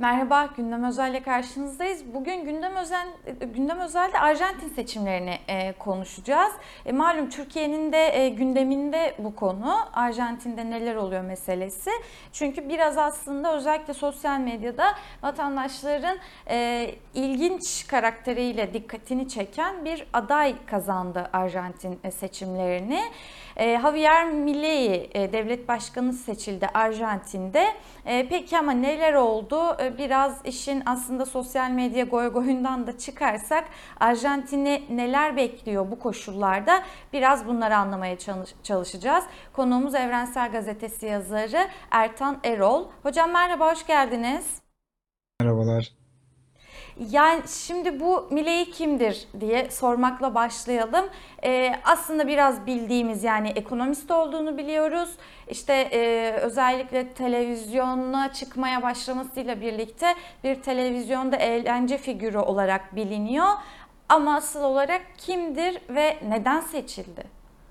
Merhaba, Gündem Özel'le karşınızdayız. Bugün Gündem Özel'de Arjantin seçimlerini konuşacağız. Malum Türkiye'nin de gündeminde bu konu. Arjantin'de neler oluyor meselesi. Çünkü biraz aslında özellikle sosyal medyada vatandaşların ilginç karakteriyle dikkatini çeken bir aday kazandı Arjantin seçimlerini. Javier Milei devlet başkanı seçildi Arjantin'de. Peki ama neler oldu? Biraz işin aslında sosyal medya goygoyundan da çıkarsak Arjantin'i neler bekliyor bu koşullarda? Biraz bunları anlamaya çalışacağız. Konuğumuz Evrensel Gazetesi yazarı Ertan Erol. Hocam merhaba, hoş geldiniz. Merhabalar. Yani şimdi bu Milei kimdir diye sormakla başlayalım. Aslında biraz bildiğimiz yani ekonomist olduğunu biliyoruz. İşte özellikle televizyona çıkmaya başlamasıyla birlikte bir televizyonda eğlence figürü olarak biliniyor. Ama asıl olarak kimdir ve neden seçildi?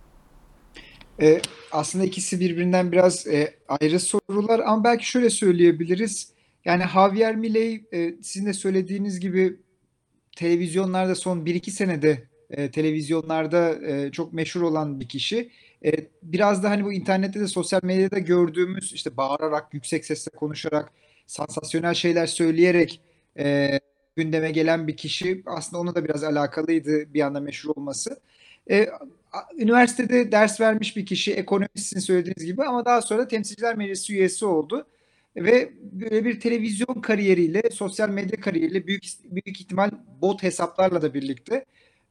Ee, Aslında ikisi birbirinden biraz ayrı sorular ama belki şöyle söyleyebiliriz. Yani Javier Milei sizin de söylediğiniz gibi televizyonlarda son bir iki senede televizyonlarda çok meşhur olan bir kişi. Biraz da hani bu internette de sosyal medyada gördüğümüz işte bağırarak, yüksek sesle konuşarak, sansasyonel şeyler söyleyerek gündeme gelen bir kişi. Aslında ona da biraz alakalıydı bir anda meşhur olması. E, Üniversitede ders vermiş bir kişi, ekonomistsin söylediğiniz gibi ama daha sonra Temsilciler Meclisi üyesi oldu. Ve böyle bir televizyon kariyeriyle, sosyal medya kariyeriyle büyük ihtimal bot hesaplarla da birlikte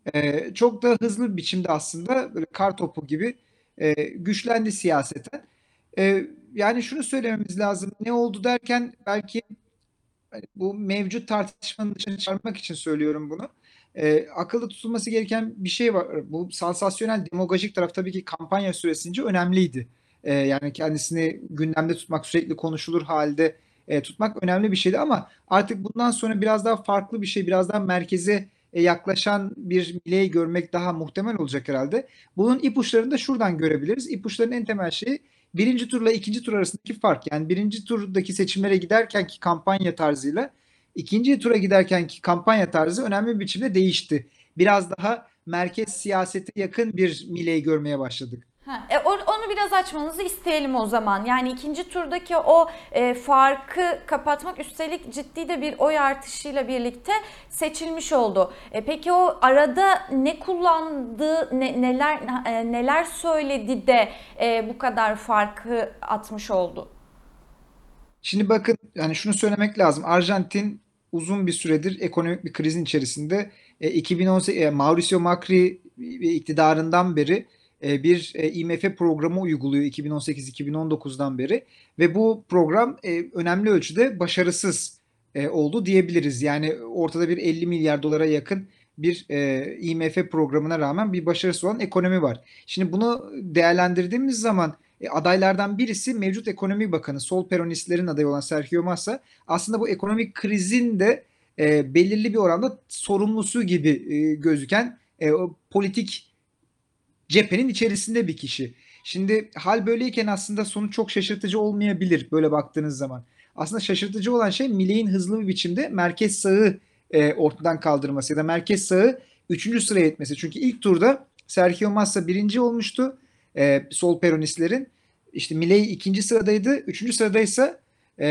çok da hızlı bir biçimde aslında böyle kar topu gibi güçlendi siyaseten. Yani şunu söylememiz lazım. Ne oldu derken belki hani bu mevcut tartışmanın dışına çıkarmak için söylüyorum bunu. Akılda tutulması gereken bir şey var. Bu sansasyonel demagojik taraf tabii ki kampanya süresince önemliydi. Yani kendisini gündemde tutmak, sürekli konuşulur halde tutmak önemli bir şeydi ama artık bundan sonra biraz daha farklı bir şey, biraz daha merkeze yaklaşan bir mileyi görmek daha muhtemel olacak herhalde. Bunun ipuçlarını da şuradan görebiliriz. İpuçlarının en temel şeyi birinci turla ikinci tur arasındaki fark. Yani birinci turdaki seçimlere giderkenki kampanya tarzıyla ikinci tura giderkenki kampanya tarzı önemli bir biçimde değişti. Biraz daha merkez siyasete yakın bir Milei görmeye başladık. Ha, onu biraz açmanızı isteyelim o zaman. Yani ikinci turdaki o farkı kapatmak üstelik ciddi de bir oy artışıyla birlikte seçilmiş oldu. Peki o arada ne kullandı, neler söyledi de bu kadar farkı atmış oldu? Şimdi bakın yani şunu söylemek lazım. Arjantin uzun bir süredir ekonomik bir krizin içerisinde. 2018 Mauricio Macri iktidarından beri bir IMF programı uyguluyor 2018-2019'dan beri ve bu program önemli ölçüde başarısız oldu diyebiliriz. Yani ortada bir 50 milyar dolara yakın bir IMF programına rağmen bir başarısı olan ekonomi var. Şimdi bunu değerlendirdiğimiz zaman adaylardan birisi mevcut ekonomi bakanı, sol peronistlerin adayı olan Sergio Massa. Aslında bu ekonomik krizin de belirli bir oranda sorumlusu gibi gözüken o politik cephenin içerisinde bir kişi. Şimdi hal böyleyken aslında sonuç çok şaşırtıcı olmayabilir böyle baktığınız zaman. Aslında şaşırtıcı olan şey Milley'in hızlı bir biçimde merkez sağı ortadan kaldırması ya da merkez sağı üçüncü sıraya etmesi. Çünkü ilk turda Sergio Massa birinci olmuştu sol peronistlerin. İşte Milei ikinci sıradaydı. Üçüncü sıradaysa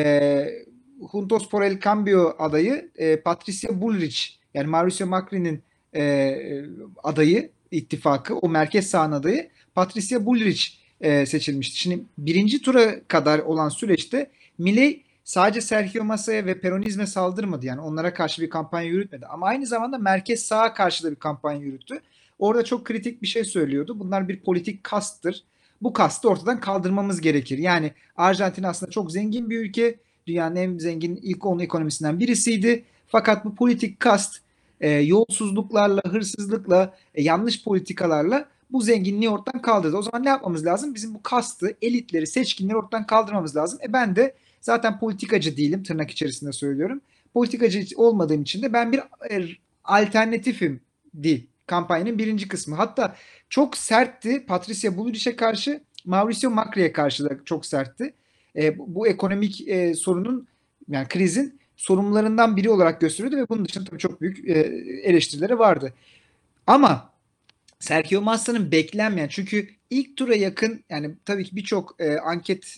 Juntos por el Cambio adayı Patricia Bullrich yani Mauricio Macri'nin adayı ittifakı o merkez sağın adayı Patricia Bullrich seçilmişti. Şimdi birinci tura kadar olan süreçte Milei sadece Sergio Massa'ya ve Peronizme saldırmadı. Yani onlara karşı bir kampanya yürütmedi. Ama aynı zamanda merkez sağa karşı da bir kampanya yürüttü. Orada çok kritik bir şey söylüyordu. Bunlar bir politik kasttır. Bu kastı ortadan kaldırmamız gerekir. Yani Arjantin aslında çok zengin bir ülke. Dünyanın en zengin ilk 10 ekonomisinden birisiydi. Fakat bu politik kast yolsuzluklarla, hırsızlıkla, yanlış politikalarla bu zenginliği ortadan kaldırdı. O zaman ne yapmamız lazım? Bizim bu kastı, elitleri, seçkinleri ortadan kaldırmamız lazım. Ben de zaten politikacı değilim, tırnak içerisinde söylüyorum. Politikacı olmadığım için de ben bir alternatifim değil kampanyanın birinci kısmı. Hatta çok sertti Patricia Bullrich'e karşı, Mauricio Macri'ye karşı da çok sertti. Bu ekonomik sorunun yani krizin sorumlularından biri olarak gösteriyordu ve bunun dışında tabii çok büyük eleştirileri vardı. Ama Sergio Massa'nın beklenmeyen, çünkü ilk tura yakın, yani tabii ki birçok anket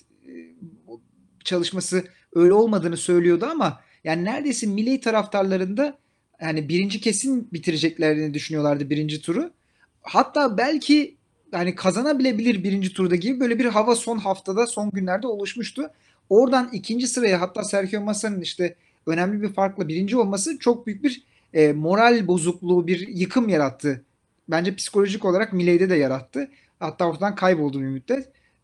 çalışması öyle olmadığını söylüyordu ama yani neredeyse Milei taraftarlarında yani birinci kesin bitireceklerini düşünüyorlardı birinci turu. Hatta belki yani kazanabilebilir birinci turda gibi böyle bir hava son haftada, son günlerde oluşmuştu. Oradan ikinci sıraya, hatta Sergio Massa'nın işte önemli bir farkla birinci olması çok büyük bir moral bozukluğu, bir yıkım yarattı. Bence psikolojik olarak Milei'de de yarattı. Hatta ortadan kayboldu bir müddet.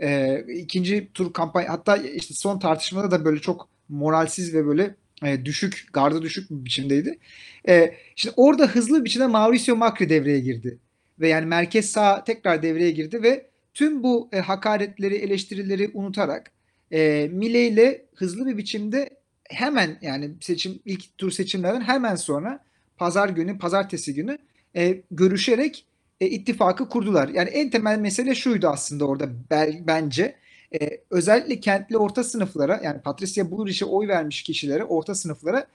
İkinci tur kampanya, hatta işte son tartışmada da böyle çok moralsiz ve böyle düşük, gardı düşük bir biçimdeydi. Şimdi orada hızlı bir biçimde Mauricio Macri devreye girdi. Ve yani merkez sağ tekrar devreye girdi ve tüm bu hakaretleri, eleştirileri unutarak Milei ile hızlı bir biçimde hemen, yani ilk tur seçimlerden hemen sonra pazar günü, pazartesi günü görüşerek ittifakı kurdular. Yani en temel mesele şuydu aslında orada bence. Özellikle kentli orta sınıflara, yani Patricia Bullrich'e oy vermiş kişilere, orta sınıflara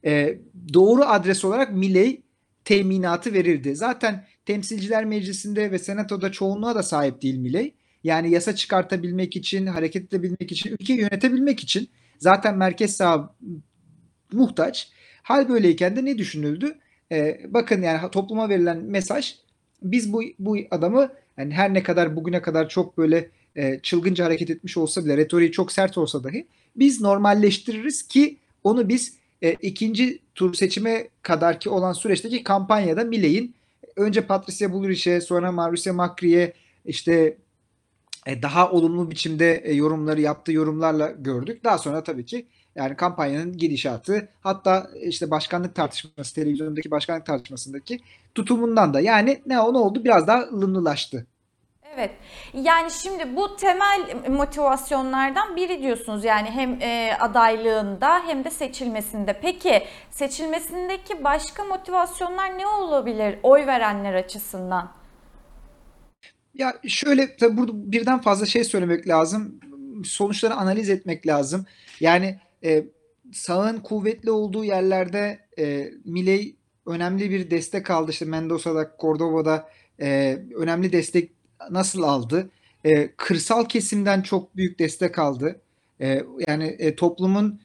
doğru adres olarak Milei teminatı verildi. Zaten Temsilciler Meclisi'nde ve Senato'da çoğunluğa da sahip değil Milei. Yani yasa çıkartabilmek için, hareket edebilmek için, ülkeyi yönetebilmek için zaten merkez sağ muhtaç. Hal böyleyken de ne düşünüldü? Bakın yani topluma verilen mesaj, biz bu adamı, yani her ne kadar bugüne kadar çok böyle çılgınca hareket etmiş olsa bile, retoriği çok sert olsa dahi biz normalleştiririz ki onu biz ikinci tur seçime kadarki olan süreçteki kampanyada Milei'in önce Patricia Bullrich'e, sonra Mauricio Macri'ye işte daha olumlu biçimde yorumları yaptığı yorumlarla gördük. Daha sonra tabii ki yani kampanyanın gidişatı, hatta işte başkanlık tartışması, televizyondaki başkanlık tartışmasındaki tutumundan da yani ne oldu? Biraz daha ılımlılaştı. Evet. Yani şimdi bu temel motivasyonlardan biri diyorsunuz. Yani hem adaylığında hem de seçilmesinde. Peki seçilmesindeki başka motivasyonlar ne olabilir oy verenler açısından? Ya şöyle, tabii burada birden fazla şey söylemek lazım. Sonuçları analiz etmek lazım. Yani sağın kuvvetli olduğu yerlerde Milei önemli bir destek aldı. İşte Mendosa'da, Cordoba'da önemli destek nasıl aldı? Kırsal kesimden çok büyük destek aldı. Yani toplumun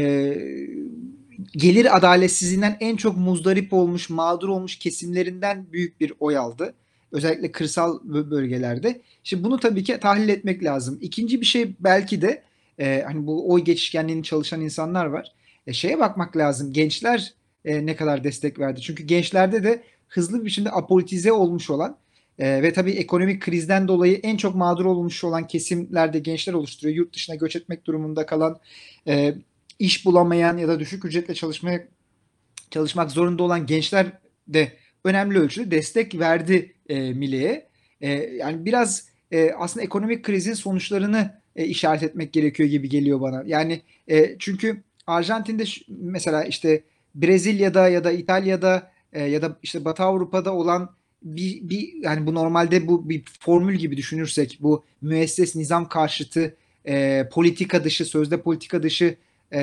gelir adaletsizliğinden en çok muzdarip olmuş, mağdur olmuş kesimlerinden büyük bir oy aldı. Özellikle kırsal bölgelerde. Şimdi bunu tabii ki tahlil etmek lazım. İkinci bir şey belki de hani bu oy geçişkenliğini çalışan insanlar var. Şeye bakmak lazım. Gençler ne kadar destek verdi? Çünkü gençlerde de hızlı bir biçimde apolitize olmuş olan ve tabii ekonomik krizden dolayı en çok mağdur olmuş olan kesimlerde gençler oluşturuyor. Yurt dışına göç etmek durumunda kalan, e, iş bulamayan ya da düşük ücretle çalışmak zorunda olan gençler de önemli ölçüde destek verdi Milei'ye. Yani biraz aslında ekonomik krizin sonuçlarını işaret etmek gerekiyor gibi geliyor bana. Yani çünkü Arjantin'de mesela işte Brezilya'da ya da İtalya'da ya da işte Batı Avrupa'da olan yani bu normalde bu bir formül gibi düşünürsek, bu müesses nizam karşıtı, politika dışı, sözde politika dışı e,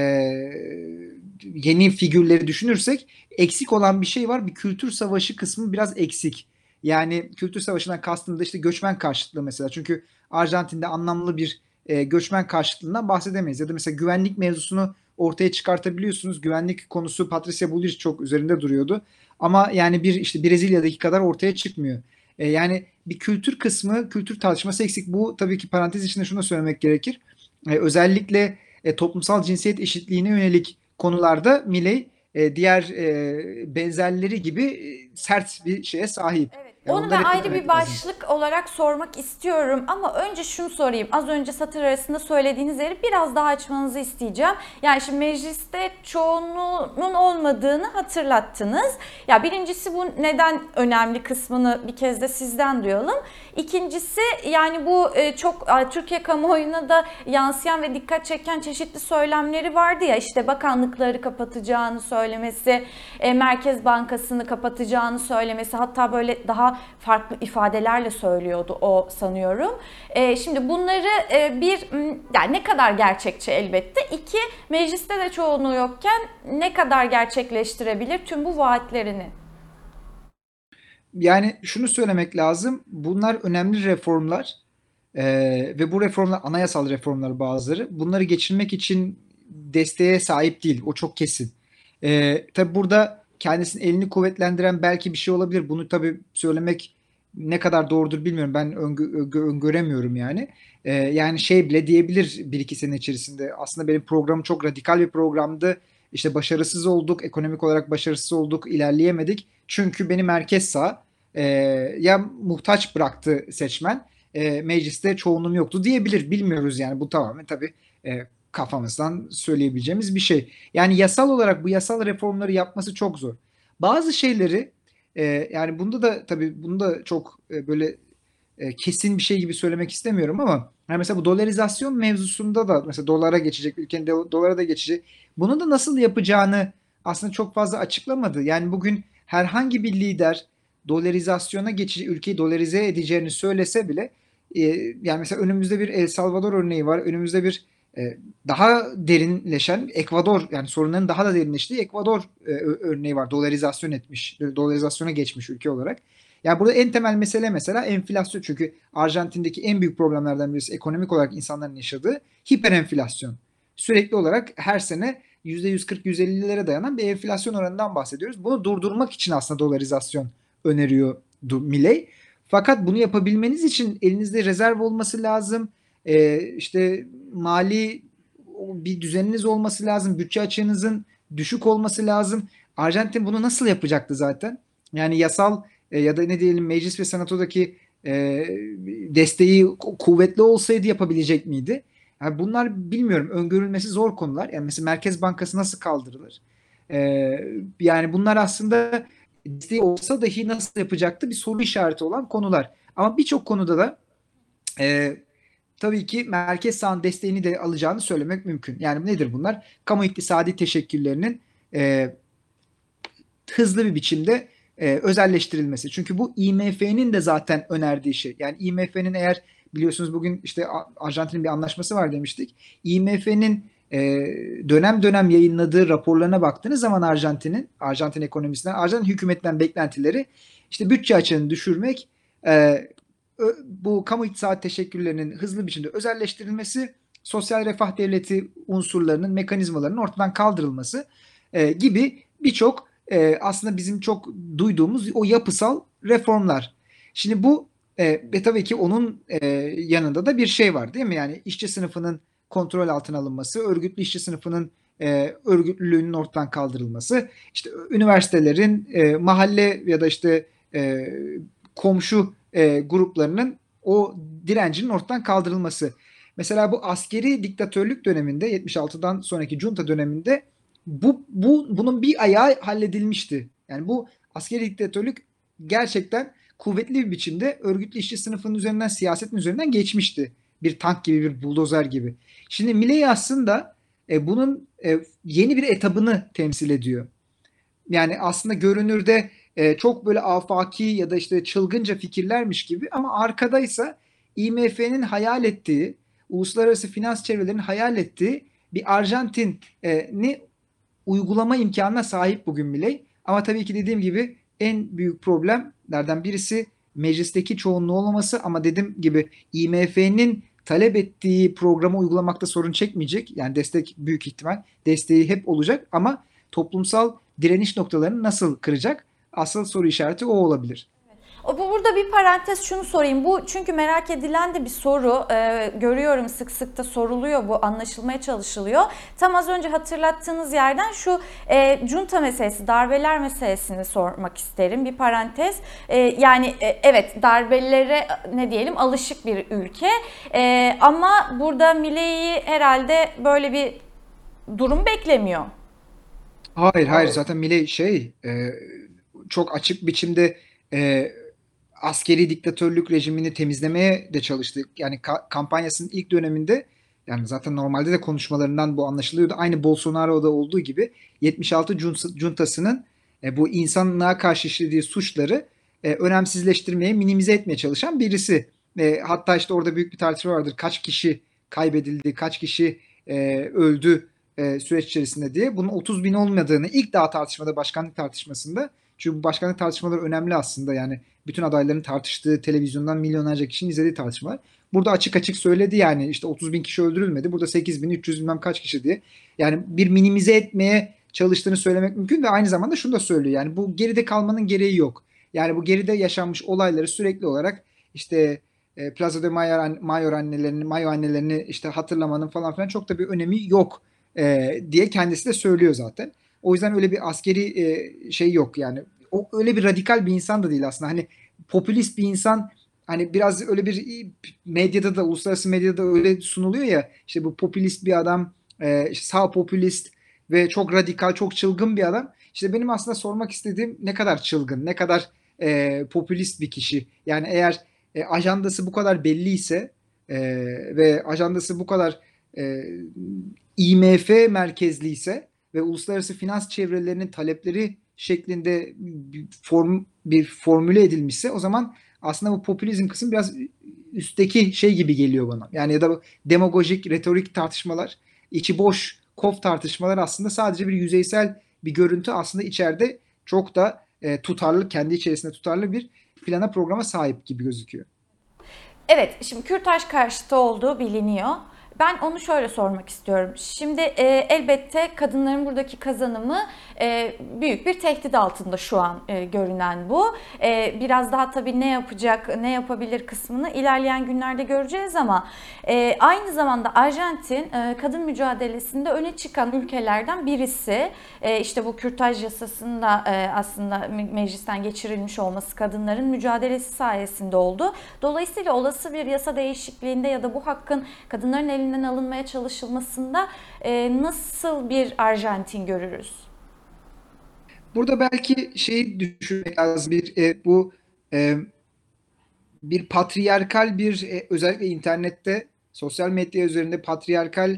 yeni figürleri düşünürsek, eksik olan bir şey var. Bir kültür savaşı kısmı biraz eksik. Yani kültür savaşından kastım da işte göçmen karşıtlığı mesela. Çünkü Arjantin'de anlamlı bir göçmen karşıtlığından bahsedemeyiz. Ya da mesela güvenlik mevzusunu ortaya çıkartabiliyorsunuz. Güvenlik konusu Patricia Bullrich çok üzerinde duruyordu. Ama yani bir işte Brezilya'daki kadar ortaya çıkmıyor. Yani bir kültür kısmı, kültür tartışması eksik. Bu tabii ki parantez içinde şunu da söylemek gerekir. Özellikle toplumsal cinsiyet eşitliğine yönelik konularda Milei diğer benzerleri gibi sert bir şeye sahip. Evet, Yani onu onu da ben net ayrı bir etmek lazım. başlık olarak sormak istiyorum ama önce şunu sorayım. Az önce satır arasında söylediğiniz yeri biraz daha açmanızı isteyeceğim. Yani şimdi mecliste çoğunluğun olmadığını hatırlattınız. Ya birincisi bu neden önemli kısmını bir kez de sizden duyalım. İkincisi yani bu çok Türkiye kamuoyuna da yansıyan ve dikkat çeken çeşitli söylemleri vardı ya, işte bakanlıkları kapatacağını söylemesi, Merkez Bankası'nı kapatacağını söylemesi, hatta böyle daha daha farklı ifadelerle söylüyordu o sanıyorum. Şimdi bunları yani ne kadar gerçekçi elbette. İki, mecliste de çoğunluğu yokken ne kadar gerçekleştirebilir tüm bu vaatlerini? Yani şunu söylemek lazım. Bunlar önemli reformlar. Ve bu reformlar anayasal reformlar bazıları. Bunları geçirmek için desteğe sahip değil. O çok kesin. Tabii burada kendisinin elini kuvvetlendiren belki bir şey olabilir. Bunu tabii söylemek ne kadar doğrudur bilmiyorum. Ben öngöremiyorum yani. Yani şey bile diyebilir bir iki sene içerisinde. Aslında benim programım çok radikal bir programdı. İşte başarısız olduk, ekonomik olarak başarısız olduk, ilerleyemedik. Çünkü beni merkez sağ e, ya muhtaç bıraktı seçmen, mecliste çoğunluğum yoktu diyebilir. Bilmiyoruz yani, bu tamamen tabii kafamızdan söyleyebileceğimiz bir şey. Yani yasal olarak bu yasal reformları yapması çok zor. Bazı şeyleri yani bunda da tabii bunu da çok böyle kesin bir şey gibi söylemek istemiyorum ama yani mesela bu dolarizasyon mevzusunda da mesela dolara geçecek, ülkenin dolara da geçecek. Bunu da nasıl yapacağını aslında çok fazla açıklamadı. Yani bugün herhangi bir lider dolarizasyona geçecek, ülkeyi dolarize edeceğini söylese bile e, yani mesela önümüzde bir El Salvador örneği var. Önümüzde bir daha derinleşen Ekvador, yani sorunların daha da derinleştiği Ekvador örneği var. Dolarizasyon etmiş, dolarizasyona geçmiş ülke olarak. Yani burada en temel mesele mesela enflasyon. Çünkü Arjantin'deki en büyük problemlerden birisi ekonomik olarak insanların yaşadığı hiperenflasyon. Sürekli olarak her sene %140-150'lere dayanan bir enflasyon oranından bahsediyoruz. Bunu durdurmak için aslında dolarizasyon öneriyor Milei. Fakat bunu yapabilmeniz için elinizde rezerv olması lazım. İşte mali bir düzeniniz olması lazım. Bütçe açığınızın düşük olması lazım. Arjantin bunu nasıl yapacaktı zaten? Yani yasal ya da ne diyelim meclis ve senatodaki e, desteği kuvvetli olsaydı yapabilecek miydi? Yani bunlar bilmiyorum, öngörülmesi zor konular. Yani mesela Merkez Bankası nasıl kaldırılır? E, Yani bunlar aslında desteği olsa dahi nasıl yapacaktı bir soru işareti olan konular. Ama birçok konuda da e, tabii ki merkez sağın desteğini de alacağını söylemek mümkün. Yani nedir bunlar? Kamu iktisadi teşekküllerinin e, hızlı bir biçimde özelleştirilmesi. Çünkü bu IMF'nin de zaten önerdiği şey. Yani IMF'nin, eğer biliyorsunuz bugün işte Arjantin'in bir anlaşması var demiştik. IMF'nin dönem dönem yayınladığı raporlarına baktığınız zaman Arjantin ekonomisinden, Arjantin hükümetinden beklentileri işte bütçe açığını düşürmek, e, bu kamu iktisadi teşekküllerinin hızlı biçimde özelleştirilmesi, sosyal refah devleti unsurlarının, mekanizmalarının ortadan kaldırılması gibi birçok aslında bizim çok duyduğumuz o yapısal reformlar. Şimdi bu ve tabii ki onun yanında da bir şey var değil mi? Yani işçi sınıfının kontrol altına alınması, örgütlü işçi sınıfının örgütlülüğünün ortadan kaldırılması, işte üniversitelerin mahalle ya da işte komşu gruplarının o direncinin ortadan kaldırılması. Mesela bu askeri diktatörlük döneminde, 76'dan sonraki junta döneminde bunun bir ayağı halledilmişti. Yani bu askeri diktatörlük gerçekten kuvvetli bir biçimde örgütlü işçi sınıfının üzerinden, siyasetin üzerinden geçmişti. Bir tank gibi, bir buldozer gibi. Şimdi Milei aslında bunun yeni bir etabını temsil ediyor. Yani aslında görünürde çok böyle afaki ya da işte çılgınca fikirlermiş gibi, ama arkadaysa IMF'nin hayal ettiği, uluslararası finans çevrelerinin hayal ettiği bir Arjantin'i uygulama imkanına sahip bugün Milei. Ama tabii ki dediğim gibi en büyük problemlerden birisi meclisteki çoğunluğu olmaması, ama dediğim gibi IMF'nin talep ettiği programı uygulamakta sorun çekmeyecek. Yani destek büyük ihtimal desteği hep olacak, ama toplumsal direniş noktalarını nasıl kıracak? Asıl soru işareti o olabilir. Burada bir parantez şunu sorayım. Bu çünkü merak edilen de bir soru. Görüyorum sık sık da soruluyor bu, anlaşılmaya çalışılıyor. Tam az önce hatırlattığınız yerden şu junta meselesi, darbeler meselesini sormak isterim. Bir parantez. Yani evet, darbelere ne diyelim alışık bir ülke. Ama burada Milei'yi herhalde böyle bir durum beklemiyor. Hayır, hayır, zaten Milei çok açık biçimde e, askeri diktatörlük rejimini temizlemeye de çalıştı. Yani kampanyasının ilk döneminde, yani zaten normalde de konuşmalarından bu anlaşılıyordu. Aynı Bolsonaro'da olduğu gibi 76 cuntasının bu insanlığa karşı işlediği suçları önemsizleştirmeye, minimize etmeye çalışan birisi. Hatta işte orada büyük bir tartışma vardır. Kaç kişi kaybedildi, kaç kişi öldü süreç içerisinde diye. Bunun 30 bin olmadığını ilk daha tartışmada, başkanlık tartışmasında, çünkü bu başkanlık tartışmaları önemli aslında, yani bütün adayların tartıştığı, televizyondan milyonlarca kişinin izlediği tartışmalar. Burada açık açık söyledi, yani işte 30 bin kişi öldürülmedi. Burada 8 bin 300 bilmem kaç kişi diye. Yani bir minimize etmeye çalıştığını söylemek mümkün ve aynı zamanda şunu da söylüyor. Yani bu geride kalmanın gereği yok. Yani bu geride yaşanmış olayları sürekli olarak işte Plaza de Mayo annelerini işte hatırlamanın falan filan çok da bir önemi yok diye kendisi de söylüyor zaten. O yüzden öyle bir askeri şey yok yani. O öyle bir radikal bir insan da değil aslında. Hani popülist bir insan, hani biraz öyle bir medyada da, uluslararası medyada öyle sunuluyor ya, işte bu popülist bir adam, işte sağ popülist ve çok radikal, çok çılgın bir adam. İşte benim aslında sormak istediğim, ne kadar çılgın, ne kadar popülist bir kişi. Yani eğer ajandası bu kadar belliyse e, ve ajandası bu kadar e, IMF merkezliyse ve uluslararası finans çevrelerinin talepleri şeklinde bir formüle edilmişse, o zaman aslında bu popülizm kısım biraz üstteki şey gibi geliyor bana. Yani ya da demagojik, retorik tartışmalar, içi boş, kof tartışmalar aslında sadece bir yüzeysel bir görüntü, aslında içeride çok da tutarlı, kendi içerisinde tutarlı bir plana, programa sahip gibi gözüküyor. Evet, şimdi kürtaj karşıtı olduğu biliniyor. Ben onu şöyle sormak istiyorum. Şimdi elbette kadınların buradaki kazanımı büyük bir tehdit altında şu an görünen bu. Biraz daha tabii ne yapacak, ne yapabilir kısmını ilerleyen günlerde göreceğiz ama aynı zamanda Arjantin kadın mücadelesinde öne çıkan ülkelerden birisi. İşte bu kürtaj yasasında aslında meclisten geçirilmiş olması kadınların mücadelesi sayesinde oldu. Dolayısıyla olası bir yasa değişikliğinde ya da bu hakkın kadınların elinden alınmaya çalışılmasında nasıl bir Arjantin görürüz? Burada belki şeyi düşünmek lazım. Bu e, bir patriyarkal bir özellikle internette, sosyal medya üzerinde patriyarkal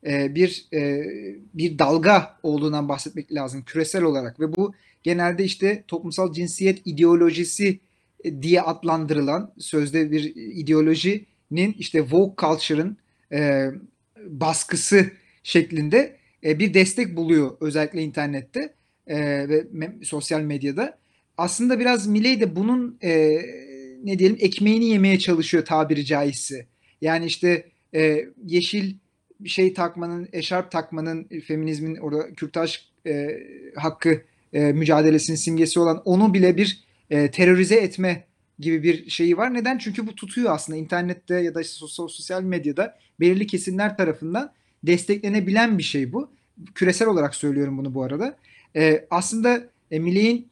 bir dalga olduğundan bahsetmek lazım küresel olarak, ve bu genelde işte toplumsal cinsiyet ideolojisi diye adlandırılan sözde bir ideolojinin, işte woke culture'ın e, baskısı şeklinde bir destek buluyor özellikle internette ve sosyal medyada. Aslında biraz Milei de bunun ne diyelim, ekmeğini yemeye çalışıyor tabiri caizse. Yani işte yeşil bir şey takmanın, eşarp takmanın, feminizmin orada kürtaj hakkı mücadelesinin simgesi olan onu bile bir terörize etme gibi bir şeyi var. Neden? Çünkü bu tutuyor aslında internette ya da işte sosyal medyada belirli kesimler tarafından desteklenebilen bir şey bu. Küresel olarak söylüyorum bunu bu arada. Aslında Milley'in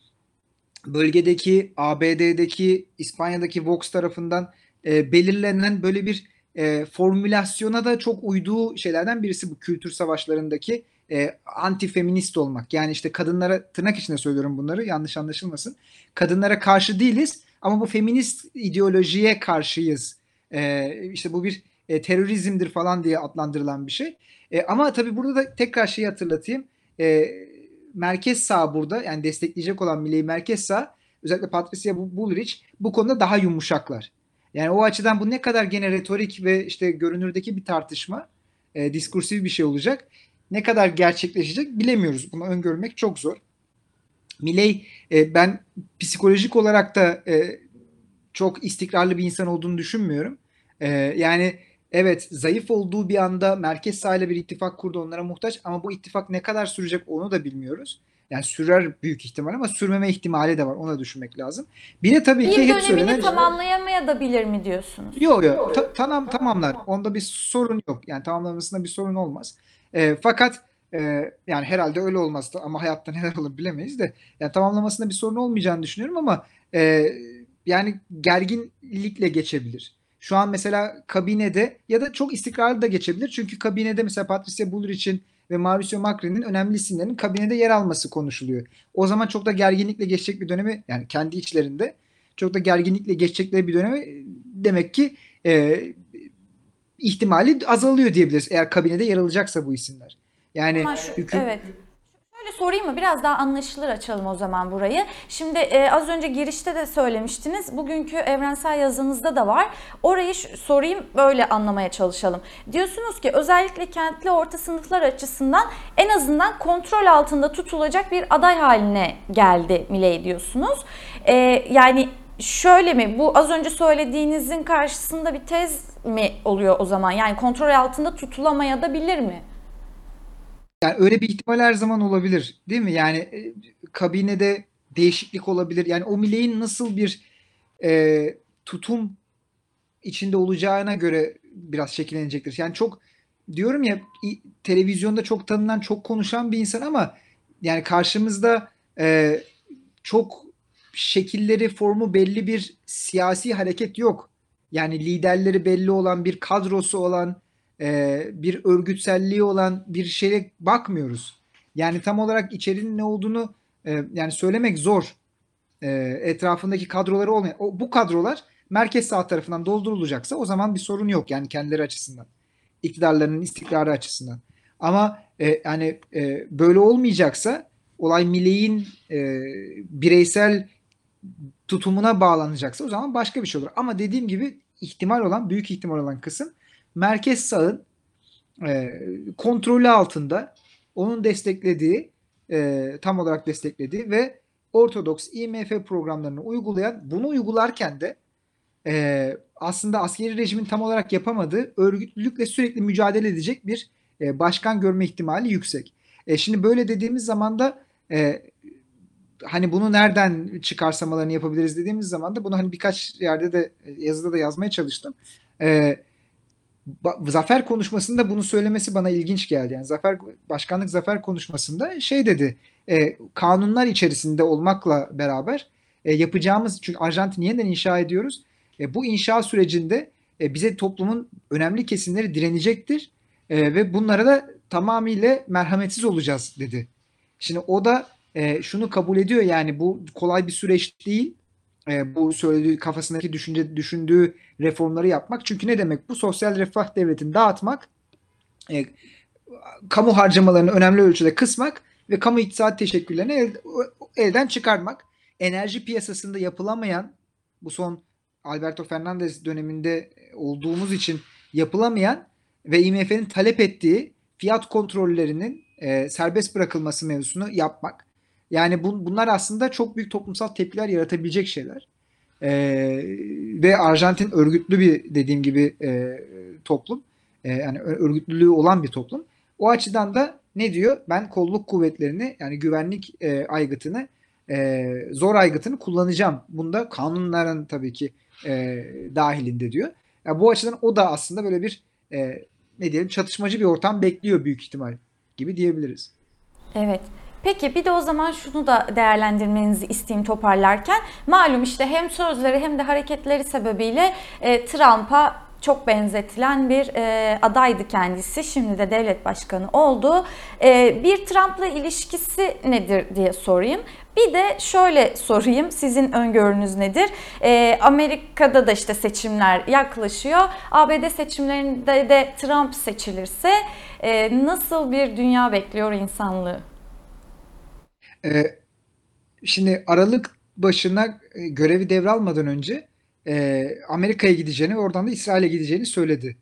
bölgedeki, ABD'deki, İspanya'daki Vox tarafından belirlenen böyle bir formülasyona da çok uyduğu şeylerden birisi bu kültür savaşlarındaki anti-feminist olmak. Yani işte kadınlara, tırnak içinde söylüyorum bunları, yanlış anlaşılmasın. Kadınlara karşı değiliz ama bu feminist ideolojiye karşıyız. İşte bu bir terörizmdir falan diye adlandırılan bir şey. Ama tabii burada da tekrar şeyi hatırlatayım. E, Merkez sağ burada, yani destekleyecek olan Milley merkez sağ, özellikle Patricia Bullrich bu konuda daha yumuşaklar. Yani o açıdan bu ne kadar gene retorik ve işte görünürdeki bir tartışma, diskursif bir şey olacak. Ne kadar gerçekleşecek bilemiyoruz. Bunu öngörmek çok zor. Milley ben psikolojik olarak da çok istikrarlı bir insan olduğunu düşünmüyorum. Yani evet, zayıf olduğu bir anda merkez sağ ile bir ittifak kurdu, onlara muhtaç, ama bu ittifak ne kadar sürecek onu da bilmiyoruz. Yani sürer büyük ihtimal ama sürmeme ihtimali de var. Onu da düşünmek lazım. Bir de tabii ki Bir hep söylenen dönemini tamamlayamayabilir mi diyorsunuz? yok yok tamamlar. Onda bir sorun yok. Yani tamamlamasında bir sorun olmaz. Fakat yani herhalde öyle olmaz da, ama hayatta neler olur bilemeyiz de. Yani tamamlamasında bir sorun olmayacağını düşünüyorum ama e, yani gerginlikle geçebilir. Şu an mesela kabinede, ya da çok istikrarlı da geçebilir. Çünkü kabinede mesela Patricia Bullrich'in ve Mauricio Macri'nin önemli isimlerin kabinede yer alması konuşuluyor. O zaman çok da gerginlikle geçecek bir dönemi, yani kendi içlerinde çok da gerginlikle geçecekleri bir dönemi demek ki ihtimali azalıyor diyebiliriz. Eğer kabinede yer alacaksa bu isimler. Yani Ama hüküm evet. sorayım mı? Biraz daha anlaşılır açalım o zaman burayı. Şimdi az önce girişte de söylemiştiniz. Bugünkü evrensel yazınızda da var. Orayı sorayım, böyle anlamaya çalışalım. Diyorsunuz ki özellikle kentli orta sınıflar açısından en azından kontrol altında tutulacak bir aday haline geldi Milei diyorsunuz. Yani şöyle mi? Bu az önce söylediğinizin karşısında bir tez mi oluyor o zaman? Yani kontrol altında tutulamayabilir mi? Yani öyle bir ihtimal her zaman olabilir, değil mi? Yani kabinede değişiklik olabilir. Yani o Milley'in nasıl bir tutum içinde olacağına göre biraz şekillenecektir. Yani çok diyorum ya, televizyonda çok tanınan, çok konuşan bir insan ama yani karşımızda e, çok şekilleri, formu belli bir siyasi hareket yok. Yani liderleri belli olan, bir kadrosu olan, bir örgütselliği olan bir şeye bakmıyoruz. Yani tam olarak içerinin ne olduğunu yani söylemek zor. Etrafındaki kadroları olmayan, bu kadrolar merkez sağ tarafından doldurulacaksa o zaman bir sorun yok yani kendileri açısından. İktidarlarının istikrarı açısından. Ama yani böyle olmayacaksa olay Milley'in bireysel tutumuna bağlanacaksa o zaman başka bir şey olur. Ama dediğim gibi büyük ihtimal olan kısım merkez sağın kontrolü altında, onun desteklediği, tam olarak desteklediği ve Ortodoks IMF programlarını uygulayan, bunu uygularken de aslında askeri rejimin tam olarak yapamadığı örgütlülükle sürekli mücadele edecek bir başkan görme ihtimali yüksek. Şimdi böyle dediğimiz zaman da hani bunu nereden çıkarsamalarını yapabiliriz dediğimiz zaman da bunu hani birkaç yerde de yazıda da yazmaya çalıştım. E, Zafer konuşmasında bunu söylemesi bana ilginç geldi. Yani başkanlık zafer konuşmasında şey dedi. Kanunlar içerisinde olmakla beraber yapacağımız, çünkü Arjantin'i yeniden inşa ediyoruz. Bu inşa sürecinde bize toplumun önemli kesimleri direnecektir. Ve bunlara da tamamıyla merhametsiz olacağız dedi. Şimdi o da şunu kabul ediyor, yani bu kolay bir süreç değil. Bu söylediği, kafasındaki düşündüğü reformları yapmak. Çünkü ne demek bu? Sosyal refah devletini dağıtmak, e, kamu harcamalarını önemli ölçüde kısmak ve kamu iktisat teşekküllerini elden çıkarmak. Enerji piyasasında yapılamayan, bu son Alberto Fernandez döneminde olduğumuz için yapılamayan ve IMF'nin talep ettiği fiyat kontrollerinin serbest bırakılması mevzusunu yapmak. Yani bunlar aslında çok büyük toplumsal tepkiler yaratabilecek şeyler. Ve Arjantin örgütlü bir, dediğim gibi, toplum. Yani örgütlülüğü olan bir toplum. O açıdan da ne diyor? Ben kolluk kuvvetlerini, yani güvenlik aygıtını, zor aygıtını kullanacağım. Bunda kanunların tabii ki dahilinde diyor. Yani bu açıdan o da aslında böyle bir ne diyelim, çatışmacı bir ortam bekliyor büyük ihtimal gibi diyebiliriz. Evet. Peki bir de o zaman şunu da değerlendirmenizi isteyeyim toparlarken. Malum işte hem sözleri hem de hareketleri sebebiyle Trump'a çok benzetilen bir adaydı kendisi. Şimdi de devlet başkanı oldu. Bir Trump'la ilişkisi nedir diye sorayım. Bir de şöyle sorayım, sizin öngörünüz nedir? Amerika'da da işte seçimler yaklaşıyor. ABD seçimlerinde de Trump seçilirse nasıl bir dünya bekliyor insanlığı? E, Şimdi Aralık başına görevi devralmadan önce Amerika'ya gideceğini ve oradan da İsrail'e gideceğini söyledi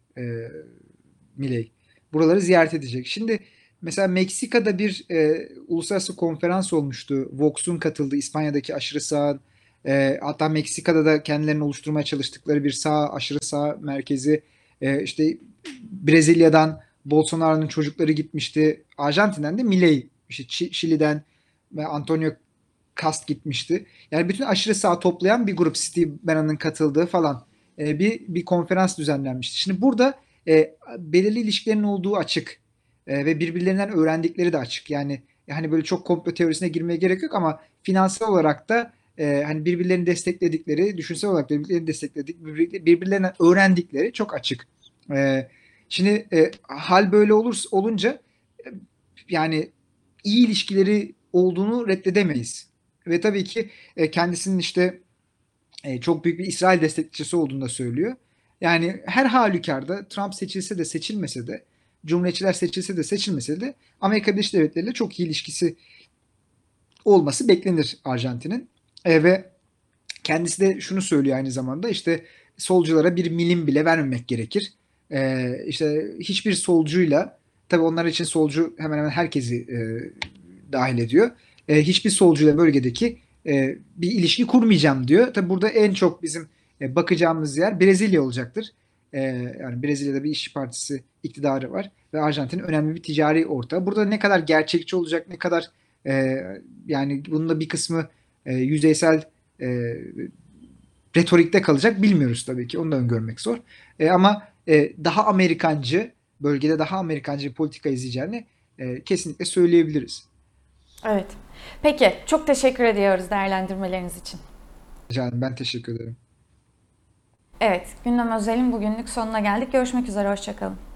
Milei. Buraları ziyaret edecek. Şimdi mesela Meksika'da bir uluslararası konferans olmuştu. Vox'un katıldığı, İspanya'daki aşırı sağ, hatta Meksika'da da kendilerini oluşturmaya çalıştıkları bir sağ, aşırı sağ merkezi, işte Brezilya'dan Bolsonaro'nun çocukları gitmişti. Arjantin'den de Milei, işte Şili'den ve Antonio Kast gitmişti. Yani bütün aşırı sağ toplayan bir grup, Steve Bannon'ın katıldığı falan bir konferans düzenlenmişti. Şimdi burada belirli ilişkilerin olduğu açık ve birbirlerinden öğrendikleri de açık. Yani böyle çok komplo teorisine girmeye gerek yok ama finansal olarak da hani birbirlerini destekledikleri, düşünsel olarak da birbirlerini birbirlerinden öğrendikleri çok açık. Şimdi hal böyle olunca e, yani iyi ilişkileri olduğunu reddedemeyiz. Ve tabii ki kendisinin işte çok büyük bir İsrail destekçisi olduğunu da söylüyor. Yani her halükarda Trump seçilse de seçilmese de, Cumhuriyetçiler seçilse de seçilmese de Amerika Birleşik Devletleri ile çok iyi ilişkisi olması beklenir Arjantin'in. Ve kendisi de şunu söylüyor aynı zamanda, işte solculara bir milim bile vermemek gerekir. İşte hiçbir solcuyla, tabii onlar için solcu hemen hemen herkesi dahil ediyor. Hiçbir solcuyla bölgedeki bir ilişki kurmayacağım diyor. Tabii burada en çok bizim bakacağımız yer Brezilya olacaktır. E, Yani Brezilya'da bir işçi partisi iktidarı var ve Arjantin önemli bir ticari ortağı. Burada ne kadar gerçekçi olacak, ne kadar e, yani bunun da bir kısmı yüzeysel e, retorikte kalacak bilmiyoruz tabii ki. Onu da öngörmek zor. Ama daha Amerikancı, bölgede daha Amerikancı bir politika izleyeceğini kesinlikle söyleyebiliriz. Evet. Peki, çok teşekkür ediyoruz değerlendirmeleriniz için. Canım, ben teşekkür ederim. Evet, Gündem Özel'in bugünlük sonuna geldik. Görüşmek üzere, hoşça kalın.